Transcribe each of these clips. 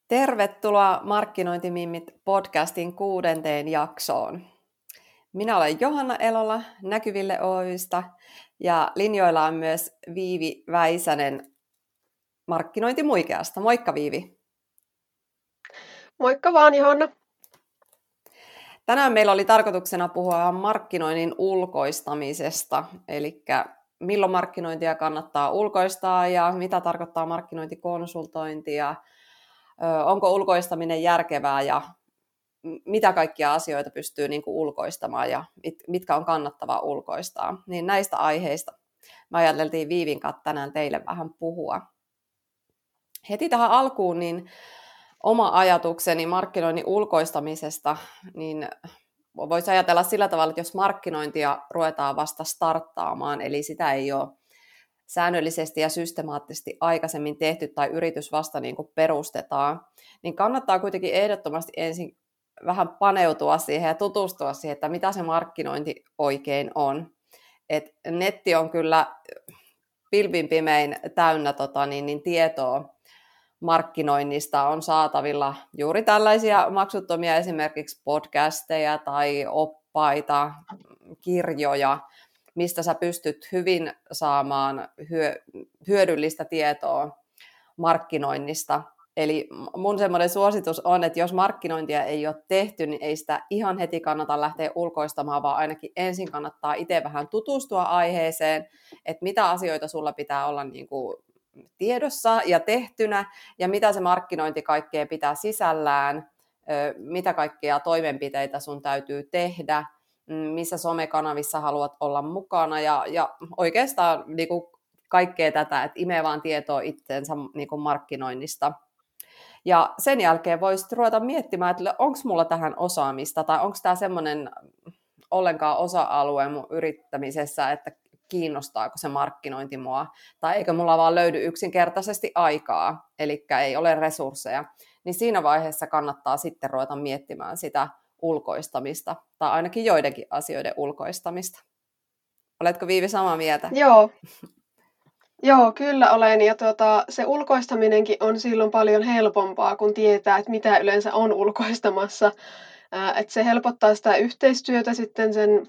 Tervetuloa Markkinointimimmit podcastin 6. jaksoon. Minä olen Johanna Elola Näkyville Oy:stä ja linjoilla on myös Viivi Väisänen Markkinointimuikeasta. Moikka Viivi. Moikka vaan Johanna. Tänään meillä oli tarkoituksena puhua markkinoinnin ulkoistamisesta, eli milloin markkinointia kannattaa ulkoistaa ja mitä tarkoittaa markkinointikonsultointi ja onko ulkoistaminen järkevää ja mitä kaikkia asioita pystyy ulkoistamaan ja mitkä on kannattavaa ulkoistaa. Niin näistä aiheista me ajateltiin Viivin kanssa tänään teille vähän puhua. Heti tähän alkuun niin oma ajatukseni markkinoinnin ulkoistamisesta, niin voisi ajatella sillä tavalla, että jos markkinointia ruvetaan vasta starttaamaan, eli sitä ei ole säännöllisesti ja systemaattisesti aikaisemmin tehty tai yritys vasta niin kuin perustetaan, niin kannattaa kuitenkin ehdottomasti ensin vähän paneutua siihen ja tutustua siihen, että mitä se markkinointi oikein on. Et netti on kyllä pilvin pimein täynnä tietoa markkinoinnista, on saatavilla juuri tällaisia maksuttomia esimerkiksi podcasteja tai oppaita, kirjoja, mistä sä pystyt hyvin saamaan hyödyllistä tietoa markkinoinnista. Eli mun semmoinen suositus on, että jos markkinointia ei ole tehty, niin ei sitä ihan heti kannata lähteä ulkoistamaan, vaan ainakin ensin kannattaa itse vähän tutustua aiheeseen, että mitä asioita sulla pitää olla niin kuin tiedossa ja tehtynä, ja mitä se markkinointi kaikkea pitää sisällään, mitä kaikkea toimenpiteitä sun täytyy tehdä, missä somekanavissa haluat olla mukana, ja oikeastaan niin kuin kaikkea tätä, että imee vaan tietoa itseensä niin kuin markkinoinnista. Ja sen jälkeen voisit ruveta miettimään, että onko mulla tähän osaamista, tai onko tämä semmoinen ollenkaan osa-alue mun yrittämisessä, että kiinnostaako se markkinointi mua, tai eikö mulla vaan löydy yksinkertaisesti aikaa, eli ei ole resursseja, niin siinä vaiheessa kannattaa sitten ruveta miettimään sitä ulkoistamista, tai ainakin joidenkin asioiden ulkoistamista. Oletko Viivi samaa mieltä? Joo, kyllä olen. Ja se ulkoistaminenkin on silloin paljon helpompaa, kun tietää, että mitä yleensä on ulkoistamassa. Että se helpottaa sitä yhteistyötä sitten sen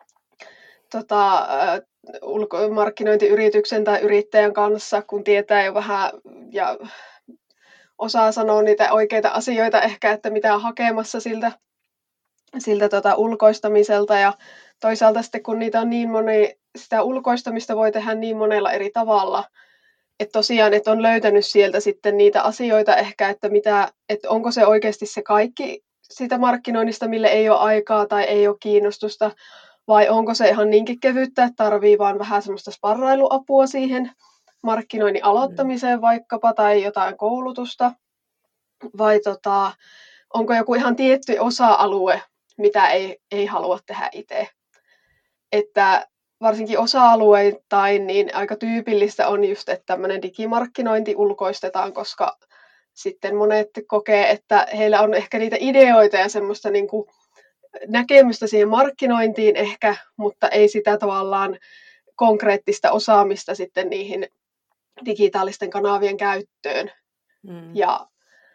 markkinointiyrityksen tai yrittäjän kanssa, kun tietää jo vähän ja osaa sanoa niitä oikeita asioita ehkä, että mitä on hakemassa siltä ulkoistamiselta. Ja toisaalta sitten, kun niitä on niin sitä ulkoistamista voi tehdä niin monella eri tavalla, että tosiaan, että on löytänyt sieltä sitten niitä asioita ehkä, että onko se oikeasti se kaikki sitä markkinoinnista, mille ei ole aikaa tai ei ole kiinnostusta, vai onko se ihan niinkin kevyttä, että tarvii vaan vähän semmoista sparrailuapua siihen markkinoinnin aloittamiseen vaikkapa, tai jotain koulutusta, vai onko joku ihan tietty osa-alue, mitä ei halua tehdä itse. Että varsinkin osa-alueittain niin aika tyypillistä on just, että tämmöinen digimarkkinointi ulkoistetaan, koska sitten monet kokee, että heillä on ehkä niitä ideoita ja semmoista niin kuin näkemystä siihen markkinointiin ehkä, mutta ei sitä tavallaan konkreettista osaamista sitten niihin digitaalisten kanavien käyttöön. Ja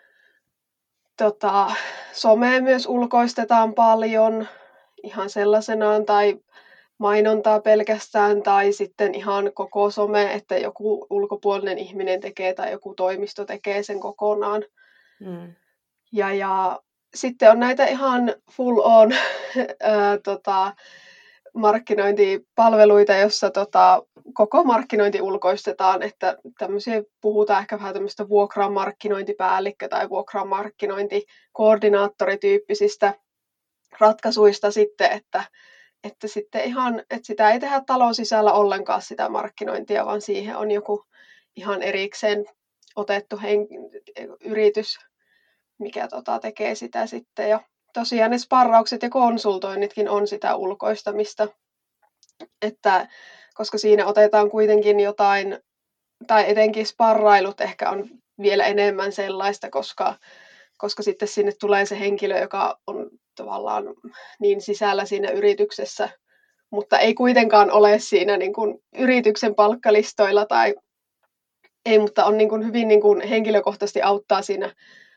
somea myös ulkoistetaan paljon ihan sellaisenaan tai mainontaa pelkästään tai sitten ihan koko some, että joku ulkopuolinen ihminen tekee tai joku toimisto tekee sen kokonaan. Ja sitten on näitä ihan full on markkinointipalveluita, jossa koko markkinointi ulkoistetaan, että puhutaan ehkä vähän tämmöistä vuokramarkkinointipäällikkö tai vuokramarkkinointikoordinaattorityyppisistä ratkaisuista sitten, että sitten ihan, että sitä ei tehdä talon sisällä ollenkaan sitä markkinointia, vaan siihen on joku ihan erikseen otettu yritys, mikä tekee sitä sitten. Ja tosiaan ne sparraukset ja konsultoinnitkin on sitä ulkoistamista, että koska siinä otetaan kuitenkin jotain, tai etenkin sparrailut ehkä on vielä enemmän sellaista, koska sitten sinne tulee se henkilö, joka on tavallaan niin sisällä siinä yrityksessä, mutta ei kuitenkaan ole siinä niin kuin yrityksen palkkalistoilla tai ei, mutta on niin kuin hyvin niin kuin henkilökohtaisesti auttaa siinä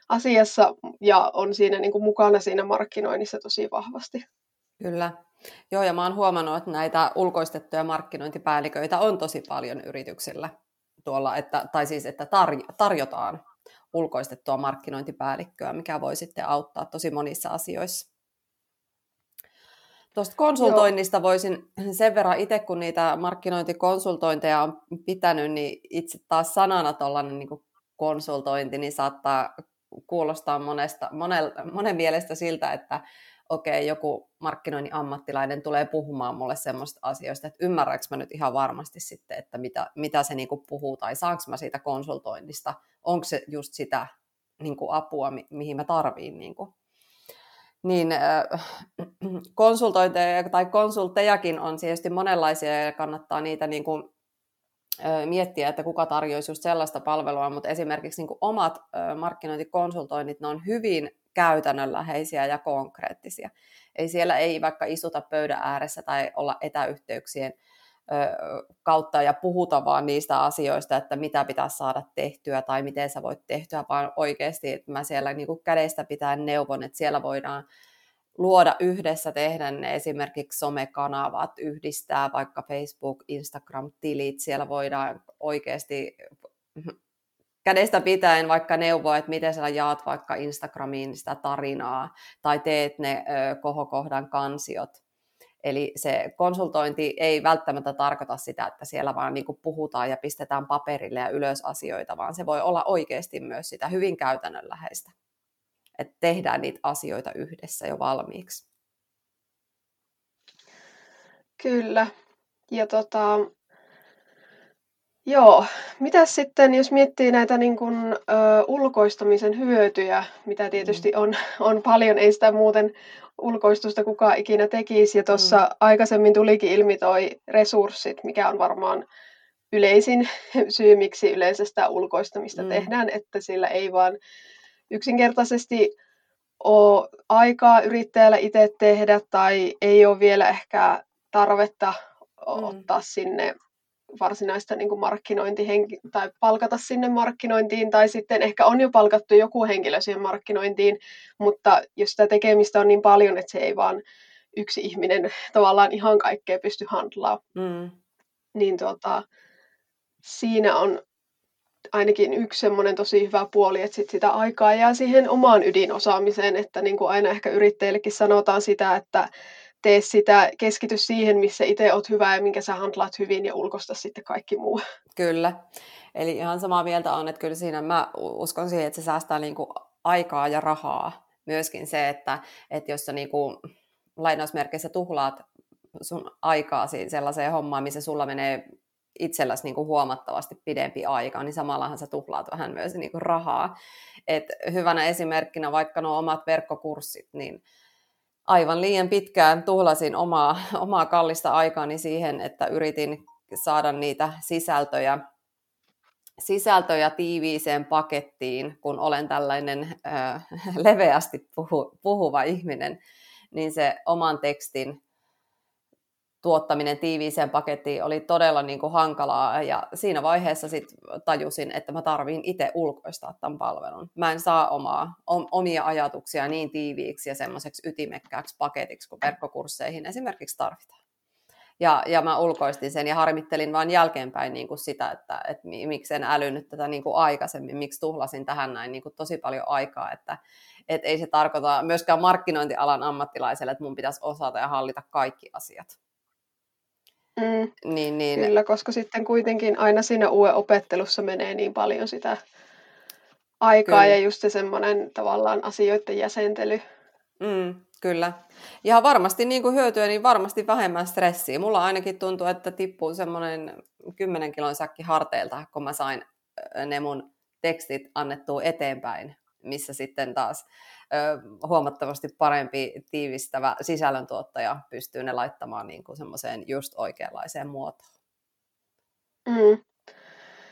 asiassa ja on siinä niin kuin mukana siinä markkinoinnissa tosi vahvasti. Kyllä. Joo, ja mä oon huomannut, että näitä ulkoistettuja markkinointipäälliköitä on tosi paljon yrityksillä tuolla, tai siis, että tarjotaan ulkoistettua markkinointipäällikköä, mikä voi sitten auttaa tosi monissa asioissa. Tuosta konsultoinnista voisin sen verran itse, kun niitä markkinointikonsultointeja on pitänyt, niin itse taas sanana tuollainen niin kuin konsultointi, niin saattaa kuulostaa monen mielestä siltä, että okei, joku markkinoinnin ammattilainen tulee puhumaan mulle semmoista asioista, että ymmärränkö mä nyt ihan varmasti sitten, että mitä se niin kuin puhuu, tai saanko mä siitä konsultoinnista, onko se just sitä niin kuin apua, mihin mä tarviin. Niin konsultointeja tai konsulttejakin on tietysti monenlaisia ja kannattaa niitä niin kuin miettiä, että kuka tarjoaisi just sellaista palvelua, mutta esimerkiksi niin kuin omat markkinointikonsultoinnit, ne on hyvin käytännönläheisiä ja konkreettisia. Eli siellä ei vaikka istuta pöydän ääressä tai olla etäyhteyksien kautta ja puhuta vaan niistä asioista, että mitä pitäisi saada tehtyä tai miten sä voit tehtyä, vaan oikeasti, että mä siellä niin kuin kädestä pitäen neuvon, että siellä voidaan luoda yhdessä, tehdä ne esimerkiksi somekanavat, yhdistää vaikka Facebook, Instagram-tilit, siellä voidaan oikeasti kädestä pitäen vaikka neuvoa, että miten sä jaat vaikka Instagramiin sitä tarinaa tai teet ne kohokohdan kansiot. Eli se konsultointi ei välttämättä tarkoita sitä, että siellä vaan niin kuin puhutaan ja pistetään paperille ja ylös asioita, vaan se voi olla oikeasti myös sitä hyvin käytännönläheistä, että tehdään niitä asioita yhdessä jo valmiiksi. Kyllä. Ja joo, mitäs sitten, jos miettii näitä niin kuin, ulkoistamisen hyötyjä, mitä tietysti on paljon, ei sitä muuten ulkoistusta kukaan ikinä tekisi. Ja tuossa aikaisemmin tulikin ilmi toi resurssit, mikä on varmaan yleisin syy, miksi yleensä sitä ulkoistamista tehdään, että sillä ei vaan yksinkertaisesti ole aikaa yrittäjällä itse tehdä tai ei ole vielä ehkä tarvetta ottaa sinne varsinaista niin kuin tai palkata sinne markkinointiin, tai sitten ehkä on jo palkattu joku henkilö siihen markkinointiin, mutta jos sitä tekemistä on niin paljon, että se ei vaan yksi ihminen tavallaan ihan kaikkea pysty handlaamaan, niin siinä on ainakin yksi semmoinen tosi hyvä puoli, että sitä aikaa jää siihen omaan ydinosaamiseen, että niin kuin aina ehkä yrittäjillekin sanotaan sitä, että tee sitä, keskity siihen, missä itse olet hyvä ja minkä sä handlaat hyvin ja ulkoista sitten kaikki muu. Kyllä. Eli ihan samaa mieltä on, että kyllä siinä mä uskon siihen, että se säästää niinku aikaa ja rahaa. Myöskin se, että jos sä niinku lainausmerkeissä tuhlaat sun aikaasi sellaiseen hommaan, missä sulla menee itselläsi niinku huomattavasti pidempi aika, niin samallahan sä tuhlaat vähän myös niinku rahaa. Et hyvänä esimerkkinä vaikka nuo omat verkkokurssit, niin aivan liian pitkään tuhlasin omaa kallista aikaani siihen, että yritin saada niitä sisältöjä tiiviiseen pakettiin, kun olen tällainen leveästi puhuva ihminen, niin se oman tekstin tuottaminen tiiviiseen pakettiin oli todella niin kuin hankalaa, ja siinä vaiheessa sit tajusin, että mä tarviin itse ulkoistaa tämän palvelun. Mä en saa omia ajatuksia niin tiiviiksi ja semmoiseksi ytimekkääksi paketiksi, kuin verkkokursseihin esimerkiksi tarvitaan. Ja mä ulkoistin sen ja harmittelin vaan jälkeenpäin niin kuin sitä, että miksi en älynyt tätä niin kuin aikaisemmin, miksi tuhlasin tähän näin niin kuin tosi paljon aikaa, että ei se tarkoita myöskään markkinointialan ammattilaiselle, että mun pitäisi osata ja hallita kaikki asiat. Niin. Kyllä, koska sitten kuitenkin aina siinä uuden opettelussa menee niin paljon sitä aikaa ja just se semmoinen tavallaan asioiden jäsentely. Kyllä. Ja varmasti niin kuin hyötyä, niin varmasti vähemmän stressiä. Mulla ainakin tuntuu, että tippuu semmoinen 10 kilon säkki harteilta, kun mä sain ne mun tekstit annettua eteenpäin, missä sitten taas huomattavasti parempi tiivistävä sisällöntuottaja pystyy ne laittamaan niin kuin semmoiseen just oikeanlaiseen muotoon.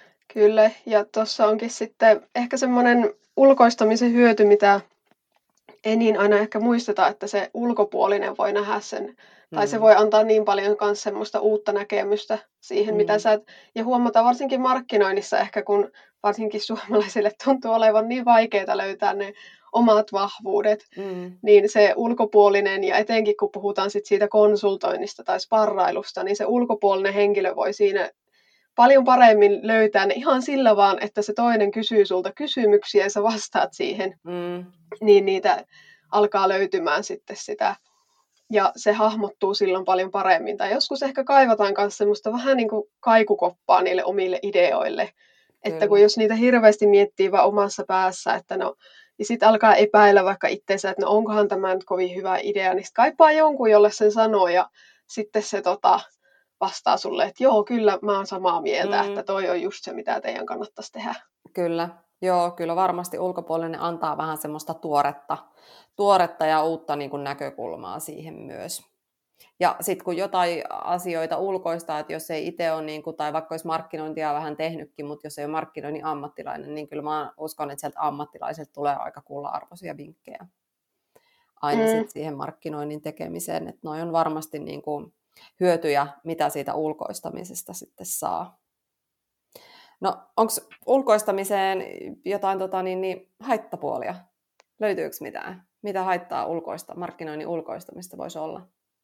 Kyllä, ja tuossa onkin sitten ehkä semmoinen ulkoistamisen hyöty, mitä ei niin aina ehkä muisteta, että se ulkopuolinen voi nähdä sen, tai se Mm. voi antaa niin paljon myös semmoista uutta näkemystä siihen, mitä Mm. sä et, ja huomata varsinkin markkinoinnissa ehkä, kun varsinkin suomalaisille tuntuu olevan niin vaikeaa löytää ne omat vahvuudet, Mm. niin se ulkopuolinen, ja etenkin kun puhutaan sit siitä konsultoinnista tai sparrailusta, niin se ulkopuolinen henkilö voi siinä paljon paremmin löytää ne ihan sillä vaan, että se toinen kysyy sulta kysymyksiä ja sä vastaat siihen, Mm. niin niitä alkaa löytymään sitten sitä. Ja se hahmottuu silloin paljon paremmin. Tai joskus ehkä kaivataan myös semmoista vähän niin kuin kaikukoppaa niille omille ideoille. Että kun Kyllä. jos niitä hirveästi miettii vaan omassa päässä, että no, niin sitten alkaa epäillä vaikka itseensä, että no onkohan tämä nyt kovin hyvä idea, niin kaipaa jonkun, jolle sen sanoo ja sitten se vastaa sulle, että joo, kyllä mä oon samaa mieltä, että toi on just se, mitä teidän kannattaisi tehdä. Kyllä. Joo, kyllä varmasti ulkopuolinen antaa vähän semmoista tuoretta ja uutta niin kuin näkökulmaa siihen myös. Ja sitten kun jotain asioita ulkoistaa, että jos ei itse ole, niin kuin, tai vaikka olisi markkinointia vähän tehnytkin, mutta jos ei ole markkinoinnin ammattilainen, niin kyllä mä uskon, että sieltä ammattilaiselta tulee aika kulla-arvoisia vinkkejä aina sit siihen markkinoinnin tekemiseen. Että noi on varmasti niin kuin hyötyjä, mitä siitä ulkoistamisesta sitten saa. No, onko ulkoistamiseen jotain haittapuolia? Löytyykö mitään? Mitä haittaa markkinoinnin ulkoistamista voisi olla?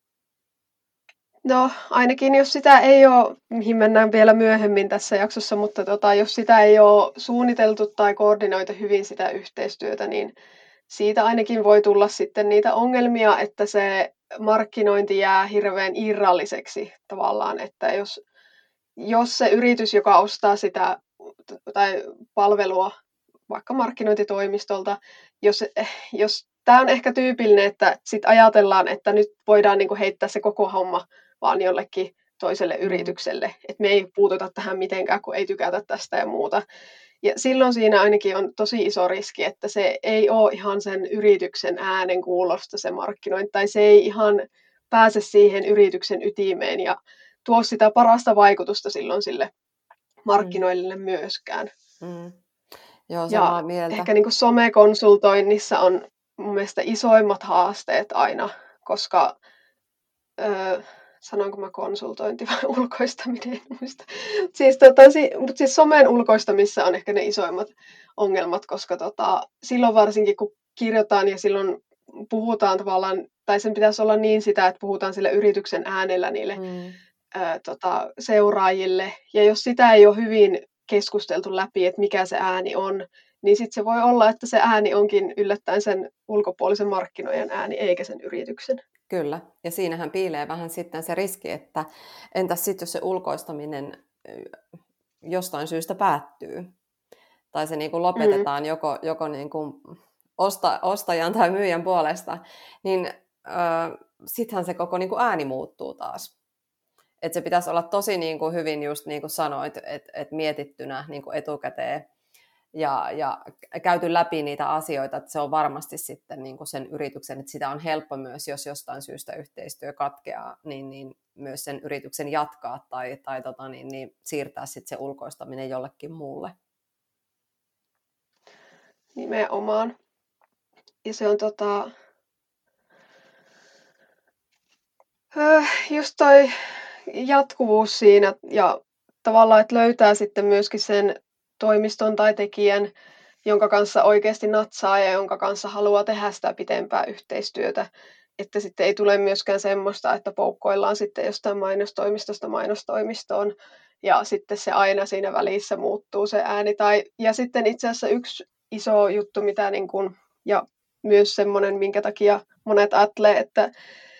No ainakin jos sitä ei ole, mihin mennään vielä myöhemmin tässä jaksossa, mutta jos sitä ei ole suunniteltu tai koordinoitu hyvin sitä yhteistyötä, niin siitä ainakin voi tulla sitten niitä ongelmia, että se markkinointi jää hirveän irralliseksi tavallaan, että jos se yritys, joka ostaa sitä tai palvelua vaikka markkinointitoimistolta, jos tämä on ehkä tyypillinen, että sitten ajatellaan, että nyt voidaan niinku heittää se koko homma vaan jollekin toiselle yritykselle, että me ei puututa tähän mitenkään, kun ei tykätä tästä ja muuta. Ja silloin siinä ainakin on tosi iso riski, että se ei ole ihan sen yrityksen äänen kuulosta se markkinointi, tai se ei ihan pääse siihen yrityksen ytimeen ja tuo sitä parasta vaikutusta silloin sille markkinoille myöskään. Joo, Ja samaa mieltä. ehkä niin kuin somekonsultoinnissa on mun mielestä isoimmat haasteet aina, koska sanonko mä konsultointi vai ulkoistaminen, en muista. Siis somen ulkoistamissa on ehkä ne isoimmat ongelmat, koska silloin varsinkin kun kirjoitetaan ja silloin puhutaan tavallaan, tai sen pitäisi olla niin sitä, että puhutaan sille yrityksen äänellä niille seuraajille. Ja jos sitä ei ole hyvin keskusteltu läpi, että mikä se ääni on, niin sitten se voi olla, että se ääni onkin yllättäen sen ulkopuolisen markkinoijan ääni, eikä sen yrityksen. Kyllä, ja siinähän piilee vähän sitten se riski, että entäs sitten jos se ulkoistaminen jostain syystä päättyy, tai se niin kuin lopetetaan joko niin kuin ostajan tai myyjän puolesta, niin sittenhän se koko niin kuin ääni muuttuu taas. Että se pitäisi olla tosi niin kuin hyvin just niin kuin sanoit, että mietittynä niin kuin etukäteen ja käyty läpi niitä asioita, että se on varmasti sitten niin kuin sen yrityksen, että sitä on helppo myös, jos jostain syystä yhteistyö katkeaa, niin myös sen yrityksen jatkaa tai siirtää sitten se ulkoistaminen jollekin muulle. Nimenomaan. Ja se on just toi jatkuvuus siinä ja tavallaan, että löytää sitten myöskin sen toimiston tai tekijän, jonka kanssa oikeasti natsaa ja jonka kanssa haluaa tehdä sitä pitempää yhteistyötä. Että sitten ei tule myöskään semmoista, että poukkoillaan sitten jostain mainostoimistosta mainostoimistoon ja sitten se aina siinä välissä muuttuu se ääni. Ja sitten itse asiassa yksi iso juttu, mitä niin kuin, ja myös semmoinen, minkä takia monet ajattelee, että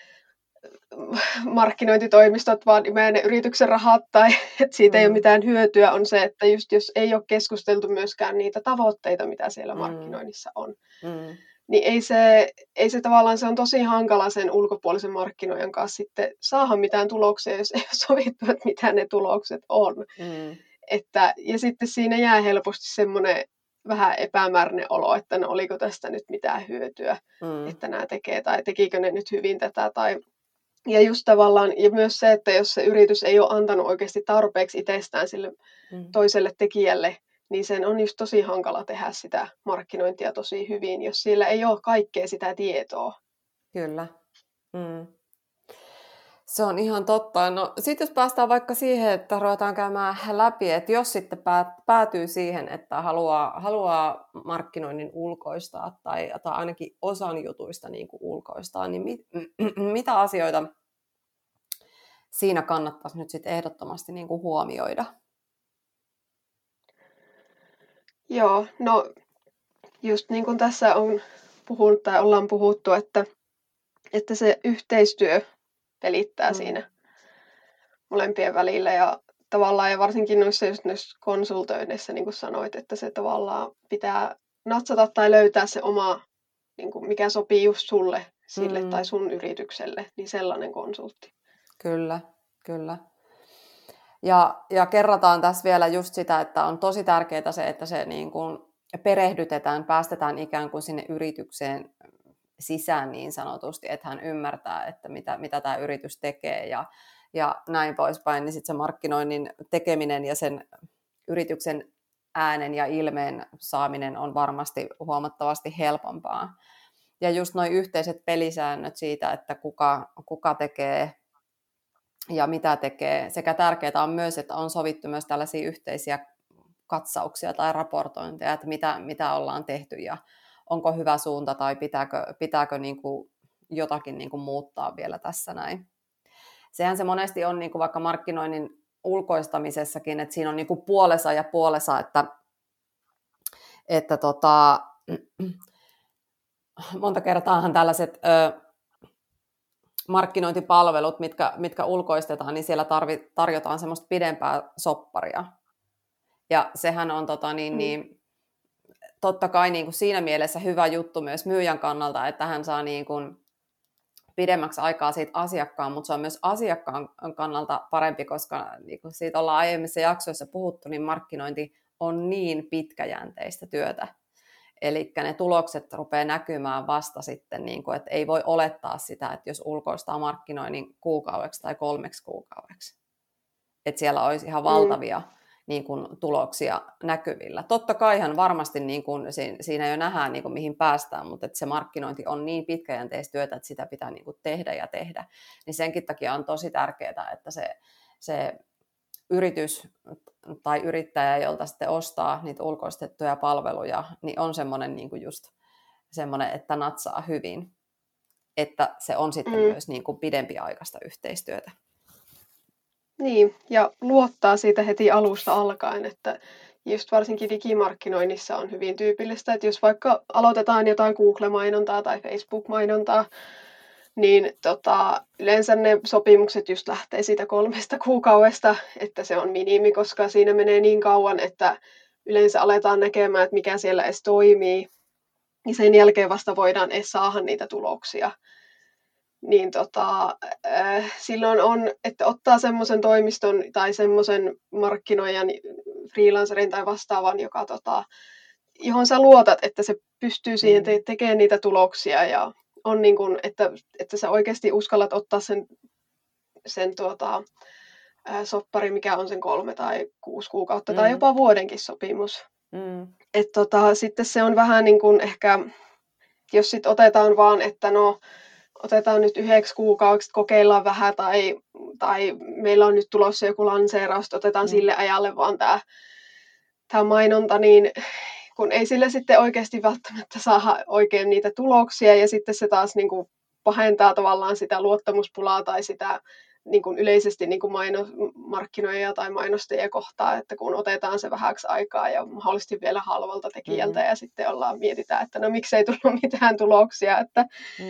markkinointitoimistot vaan imee ne yrityksen rahat tai että siitä ei ole mitään hyötyä, on se, että just jos ei ole keskusteltu myöskään niitä tavoitteita, mitä siellä markkinoinnissa on, niin ei se tavallaan, se on tosi hankala sen ulkopuolisen markkinoijan kanssa sitten saada mitään tuloksia, jos ei ole sovittu, että mitä ne tulokset on. Ja sitten siinä jää helposti semmoinen vähän epämääräinen olo, että no oliko tästä nyt mitään hyötyä, että nämä tekee, tai tekikö ne nyt hyvin tätä, ja just tavallaan, ja myös se, että jos se yritys ei ole antanut oikeasti tarpeeksi itsestään sille toiselle tekijälle, niin sen on just tosi hankala tehdä sitä markkinointia tosi hyvin, jos siellä ei ole kaikkea sitä tietoa. Kyllä. Mm. Se on ihan totta. No sitten jos päästään vaikka siihen, että ruvetaan käymään läpi, että jos sitten päätyy siihen, että haluaa markkinoinnin ulkoistaa tai ainakin osan jutuista niin kuin ulkoistaa, niin mitä asioita siinä kannattaisi nyt sitten ehdottomasti niin kuin huomioida? Joo, no just niin kuin tässä on puhunut tai ollaan puhuttu, että se yhteistyö pelittää siinä molempien välillä ja tavallaan, ja varsinkin noissa konsultoinneissa, niin kuin sanoit, että se tavallaan pitää natsata tai löytää se oma, niin kuin mikä sopii just sulle, sille tai sun yritykselle, niin sellainen konsultti. Kyllä, kyllä. Ja kerrataan tässä vielä just sitä, että on tosi tärkeää se, että se niin kuin perehdytetään, päästetään ikään kuin sinne yritykseen sisään niin sanotusti, että hän ymmärtää, että mitä tämä yritys tekee ja näin poispäin, niin sitten se markkinoinnin tekeminen ja sen yrityksen äänen ja ilmeen saaminen on varmasti huomattavasti helpompaa. Ja just nuo yhteiset pelisäännöt siitä, että kuka tekee ja mitä tekee, sekä tärkeää on myös, että on sovittu myös tällaisia yhteisiä katsauksia tai raportointeja, että mitä ollaan tehty ja onko hyvä suunta tai pitääkö niin kuin jotakin niin kuin muuttaa vielä tässä näin. Sehän se monesti on niin kuin vaikka markkinoinnin ulkoistamisessakin, että siinä on niin kuin puolesa ja puolesa, että monta kertaahan tällaiset markkinointipalvelut, mitkä ulkoistetaan, niin siellä tarjotaan semmoista pidempää sopparia. Ja sehän on totta kai niin kuin siinä mielessä hyvä juttu myös myyjän kannalta, että hän saa niin kuin pidemmäksi aikaa siitä asiakkaan, mutta se on myös asiakkaan kannalta parempi, koska niin kuin siitä ollaan aiemmissa jaksoissa puhuttu, niin markkinointi on niin pitkäjänteistä työtä. Eli ne tulokset rupeaa näkymään vasta sitten, niin kuin, että ei voi olettaa sitä, että jos ulkoistaa markkinoinnin kuukaudeksi tai 3 kuukaudeksi. Että siellä olisi ihan valtavia niin kuin, tuloksia näkyvillä. Totta kaihan varmasti niin kuin, siinä jo nähdään, niin kuin, mihin päästään, mutta että se markkinointi on niin pitkäjänteistä työtä, että sitä pitää niin kuin, tehdä ja tehdä. Niin senkin takia on tosi tärkeää, että se yritys tai yrittäjä, jolta sitten ostaa niitä ulkoistettuja palveluja, niin on semmoinen niin kuin just semmoinen, että natsaa hyvin, että se on sitten myös niin kuin pidempiaikaista yhteistyötä. Niin, ja luottaa siitä heti alusta alkaen, että just varsinkin digimarkkinoinnissa on hyvin tyypillistä, että jos vaikka aloitetaan jotain Google-mainontaa tai Facebook-mainontaa, niin yleensä ne sopimukset just lähtee siitä 3 kuukaudesta, että se on minimi, koska siinä menee niin kauan, että yleensä aletaan näkemään, että mikä siellä edes toimii, ja sen jälkeen vasta voidaan edes saada niitä tuloksia. Niin silloin on, että ottaa semmoisen toimiston tai semmoisen markkinoijan, freelancerin tai vastaavan, johon sä luotat, että se pystyy siihen tekemään niitä tuloksia ja on niin kuin, että sä oikeasti uskallat ottaa sen soppari, mikä on sen 3 tai 6 kuukautta tai jopa vuodenkin sopimus. Että sitten se on vähän niin kuin ehkä, jos sit otetaan vaan, että no otetaan nyt 9 kuukaudeksi, kokeillaan vähän tai meillä on nyt tulossa joku lanseeraus, otetaan sille ajalle vaan tämä mainonta, niin kun ei sille sitten oikeasti välttämättä saa oikein niitä tuloksia ja sitten se taas niin kuin pahentaa tavallaan sitä luottamuspulaa tai sitä niin kuin yleisesti niin kuin markkinoijia tai mainostajia kohtaa, että kun otetaan se vähäksi aikaa ja mahdollisesti vielä halvalta tekijältä ja sitten mietitään, että no miksei tullut mitään tuloksia, että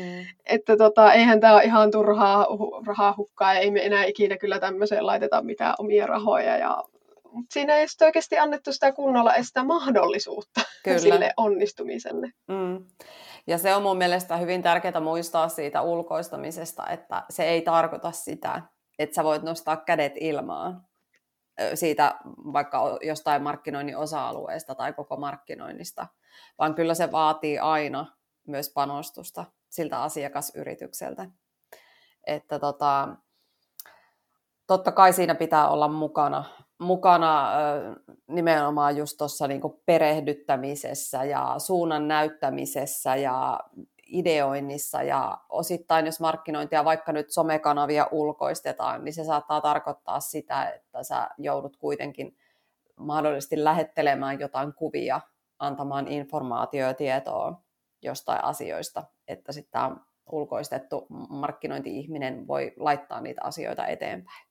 eihän tämä ole ihan turhaa rahaa hukkaa ja ei me enää ikinä kyllä tämmöiseen laiteta mitään omia rahoja mutta siinä ei sitten oikeasti annettu sitä kunnolla sitä mahdollisuutta sille onnistumiselle. Ja se on mun mielestä hyvin tärkeää muistaa siitä ulkoistamisesta, että se ei tarkoita sitä, että sä voit nostaa kädet ilmaan siitä vaikka jostain markkinoinnin osa-alueesta tai koko markkinoinnista, vaan kyllä se vaatii aina myös panostusta siltä asiakasyritykseltä. Että totta kai siinä pitää olla mukana mukana nimenomaan just tuossa niinku perehdyttämisessä ja suunnan näyttämisessä ja ideoinnissa ja osittain, jos markkinointia, vaikka nyt somekanavia ulkoistetaan, niin se saattaa tarkoittaa sitä, että sä joudut kuitenkin mahdollisesti lähettelemään jotain kuvia, antamaan informaatiota ja tietoa jostain asioista, että sitten tämä ulkoistettu markkinointi-ihminen voi laittaa niitä asioita eteenpäin.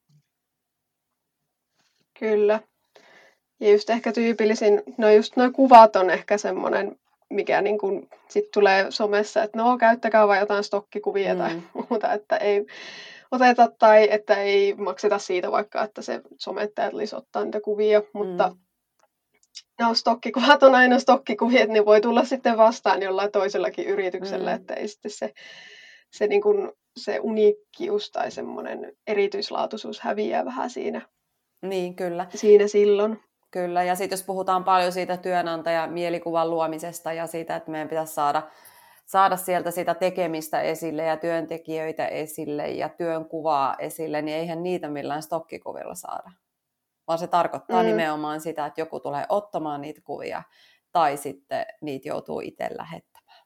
Kyllä. Ja just ehkä tyypillisin, no just nuo kuvat on ehkä semmoinen, mikä niin kuin sit tulee somessa, että no käyttäkää vaan jotain stokkikuvia tai muuta, että ei oteta tai että ei makseta siitä vaikka, että se somettajat ottaa niitä kuvia, mutta no stokkikuvat on aina stokkikuvia, että ne voi tulla sitten vastaan jollain toisellakin yrityksellä, että ei sitten se, niin kuin, se uniikkius tai semmoinen erityislaatuisuus häviää vähän siinä. Niin, kyllä. Siinä silloin. Kyllä, ja sitten jos puhutaan paljon siitä työnantajan mielikuvan luomisesta ja siitä, että meidän pitäisi saada sieltä sitä tekemistä esille ja työntekijöitä esille ja työnkuvaa esille, niin eihän niitä millään stokkikuvilla saada. Vaan se tarkoittaa nimenomaan sitä, että joku tulee ottamaan niitä kuvia tai sitten niitä joutuu itse lähettämään.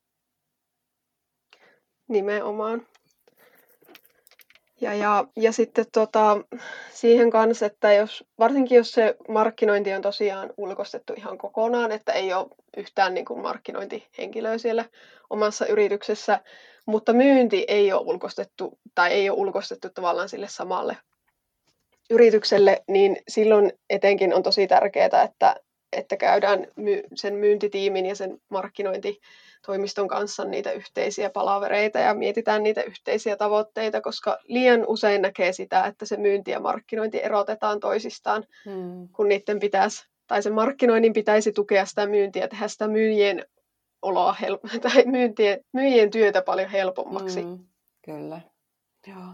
Nimenomaan. Ja sitten siihen kanssa, että varsinkin jos se markkinointi on tosiaan ulkoistettu ihan kokonaan, että ei ole yhtään niin kuin markkinointihenkilöä siellä omassa yrityksessä, mutta myynti ei ole ulkoistettu tai ei ole ulkoistettu tavallaan sille samalle yritykselle, niin silloin etenkin on tosi tärkeää, että käydään sen myyntitiimin ja sen markkinointitoimiston kanssa niitä yhteisiä palavereita ja mietitään niitä yhteisiä tavoitteita, koska liian usein näkee sitä, että se myynti ja markkinointi erotetaan toisistaan, kun niiden pitäisi, tai sen markkinoinnin pitäisi tukea sitä myyntiä ja tehdä sitä myyjien oloa tai myyjien työtä paljon helpommaksi. Kyllä, joo.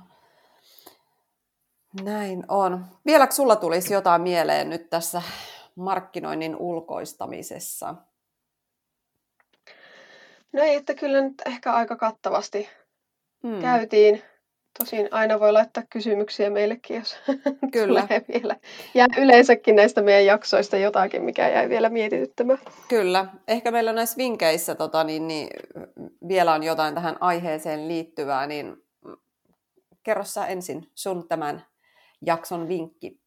Näin on. Vieläkö sulla tulisi jotain mieleen nyt tässä markkinoinnin ulkoistamisessa? No ei, että kyllä nyt ehkä aika kattavasti käytiin. Tosin aina voi laittaa kysymyksiä meillekin, jos kyllä. tulee vielä. Ja yleensäkin näistä meidän jaksoista jotakin, mikä jäi vielä mietityttämään. Kyllä. Ehkä meillä näissä vinkkeissä niin vielä on jotain tähän aiheeseen liittyvää, niin kerro sä ensin sun tämän jakson vinkki.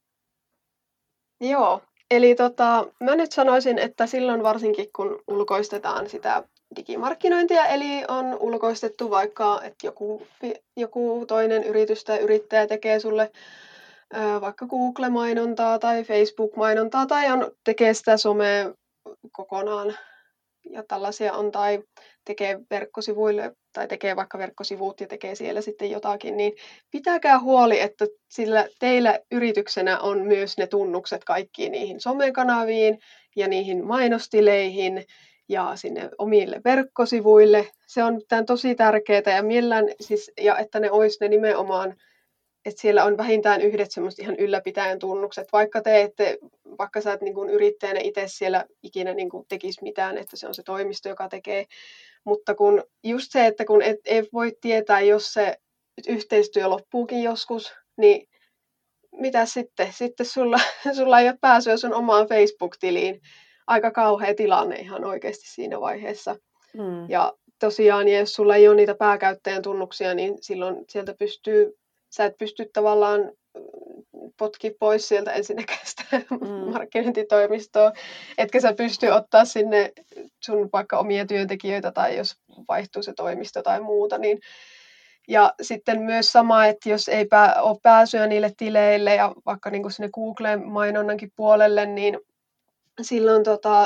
Joo, eli mä nyt sanoisin, että silloin varsinkin kun ulkoistetaan sitä digimarkkinointia, eli on ulkoistettu vaikka, että joku toinen yritys tai yrittäjä tekee sulle vaikka Google-mainontaa tai Facebook-mainontaa tai tekee sitä somea kokonaan ja tällaisia on tai tekee verkkosivuille tai tekee vaikka verkkosivut ja tekee siellä sitten jotakin, niin pitäkää huoli, että sillä teillä yrityksenä on myös ne tunnukset kaikkiin niihin somekanaviin ja niihin mainostileihin ja sinne omille verkkosivuille. Se on tosi tärkeää ja mielellään siis, ja että ne olisi ne nimenomaan, että siellä on vähintään yhdet semmoiset ihan ylläpitäjän tunnukset, vaikka sä et niin kuin yrittäjänä itse siellä ikinä niin kuin tekisi mitään, että se on se toimisto, joka tekee. Mutta kun just se, että kun ei voi tietää, jos se yhteistyö loppuukin joskus, niin mitä sitten? Sitten sulla ei ole pääsyä sun omaan Facebook-tiliin. Aika kauhea tilanne ihan oikeasti siinä vaiheessa. Ja tosiaan, jos sulla ei ole niitä pääkäyttäjän tunnuksia, niin silloin sieltä sä et pysty tavallaan potki pois sieltä ensinnäkään sitä markkinointitoimistoa, etkä sä pysty ottaa sinne sun vaikka omia työntekijöitä tai jos vaihtuu se toimisto tai muuta. Niin. Ja sitten myös sama, että jos ei ole pääsyä niille tileille ja vaikka niin kuin sinne Google-mainonnankin puolelle, niin silloin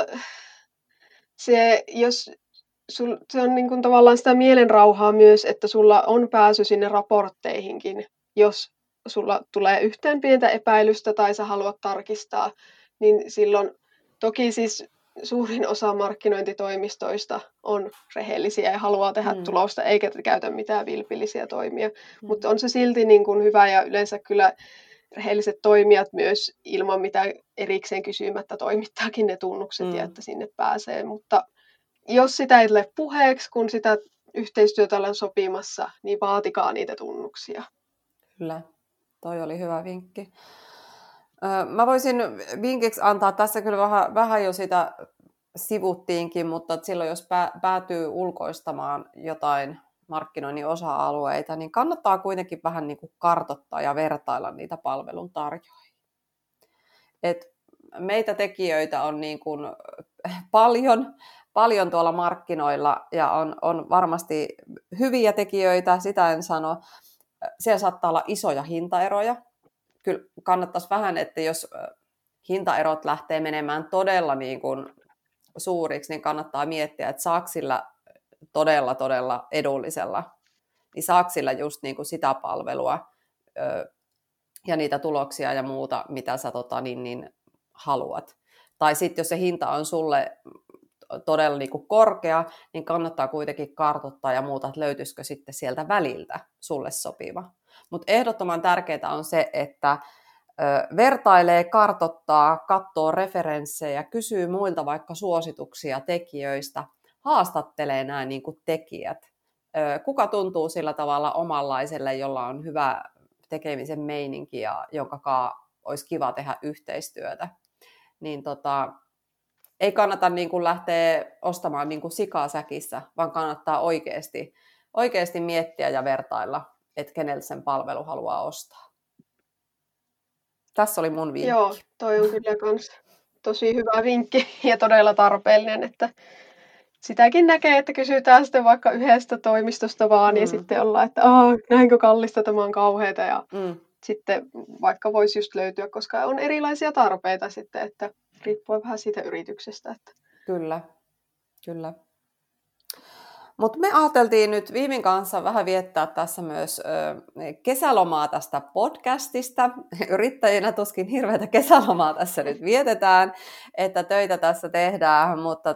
se on niin kuin tavallaan sitä mielenrauhaa myös, että sulla on pääsy sinne raportteihinkin, jos sulla tulee yhtään pientä epäilystä tai sä haluat tarkistaa, niin silloin toki siis suurin osa markkinointitoimistoista on rehellisiä ja haluaa tehdä tulosta eikä käytä mitään vilpillisiä toimia, mutta on se silti niin kuin hyvä ja yleensä kyllä rehelliset toimijat myös ilman mitään erikseen kysymättä toimittaakin ne tunnukset ja että sinne pääsee, mutta jos sitä ei tule puheeksi, kun sitä yhteistyötä ollaan sopimassa, niin vaatikaa niitä tunnuksia. Kyllä, toi oli hyvä vinkki. Mä voisin vinkiksi antaa, tässä kyllä vähän jo sitä sivuttiinkin, mutta silloin jos päätyy ulkoistamaan jotain markkinoinnin osa-alueita, niin kannattaa kuitenkin vähän niin kuin kartoittaa ja vertailla niitä palveluntarjoajia. Et meitä tekijöitä on niin kuin paljon tuolla markkinoilla ja on varmasti hyviä tekijöitä, sitä en sano. Siellä saattaa olla isoja hintaeroja. Kyllä kannattaisi vähän, että jos hintaerot lähtee menemään todella niin kuin suuriksi, niin kannattaa miettiä, että saako sillä todella edullisella, niin saako sillä just niin kuin sitä palvelua ja niitä tuloksia ja muuta, mitä sä haluat. Tai sitten jos se hinta on sulle todella niin kuin korkea, niin kannattaa kuitenkin kartoittaa ja muuta, että löytyisikö sitten sieltä väliltä sulle sopiva. Mutta ehdottoman tärkeää on se, että vertailee, kartoittaa, katsoo referenssejä, kysyy muilta vaikka suosituksia tekijöistä, haastattelee nämä niin kuin tekijät. Kuka tuntuu sillä tavalla omanlaiselle, jolla on hyvä tekemisen meininki ja jonka olisi kiva tehdä yhteistyötä. Niin ei kannata niin kuin lähteä ostamaan niin kuin sikaa säkissä, vaan kannattaa oikeasti miettiä ja vertailla, että kenelle sen palvelu haluaa ostaa. Tässä oli mun vinkki. Joo, toi on kyllä kans tosi hyvä vinkki ja todella tarpeellinen, että sitäkin näkee, että kysytään sitten vaikka yhdestä toimistosta vaan ja sitten ollaan, että näinkö kallista, tämä on kauheata ja sitten vaikka voisi just löytyä, koska on erilaisia tarpeita sitten, että riippuu vähän siitä yrityksestä. Että. Kyllä. Mutta me ajateltiin nyt Viimin kanssa vähän viettää tässä myös kesälomaa tästä podcastista. Yrittäjinä tuskin hirveätä kesälomaa tässä nyt vietetään, että töitä tässä tehdään, mutta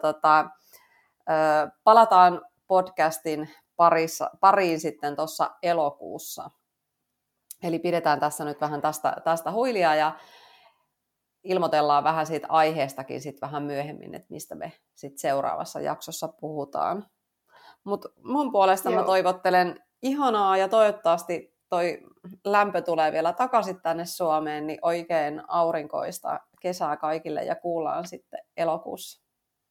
palataan podcastin pariin sitten tuossa elokuussa. Eli pidetään tässä nyt vähän tästä huilia ja ilmoitellaan vähän siitä aiheestakin sit vähän myöhemmin, että mistä me sit seuraavassa jaksossa puhutaan. Mutta mun puolesta mä toivottelen ihanaa ja toivottavasti toi lämpö tulee vielä takaisin tänne Suomeen, niin oikein aurinkoista kesää kaikille ja kuullaan sitten elokuussa.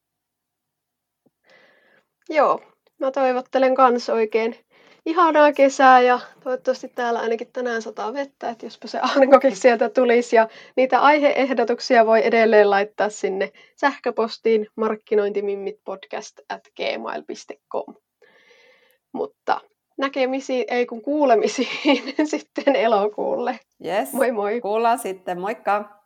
Joo, mä toivottelen kans oikein ihanaa kesää ja toivottavasti täällä ainakin tänään sataa vettä, että jospa se aurinkokin sieltä tulisi ja niitä aiheehdotuksia voi edelleen laittaa sinne sähköpostiin markkinointimimmitpodcast@gmail.com. Mutta näkemisiin, ei kun kuulemisiin sitten elokuulle. Yes, moi moi! Kuullaan sitten, moikka!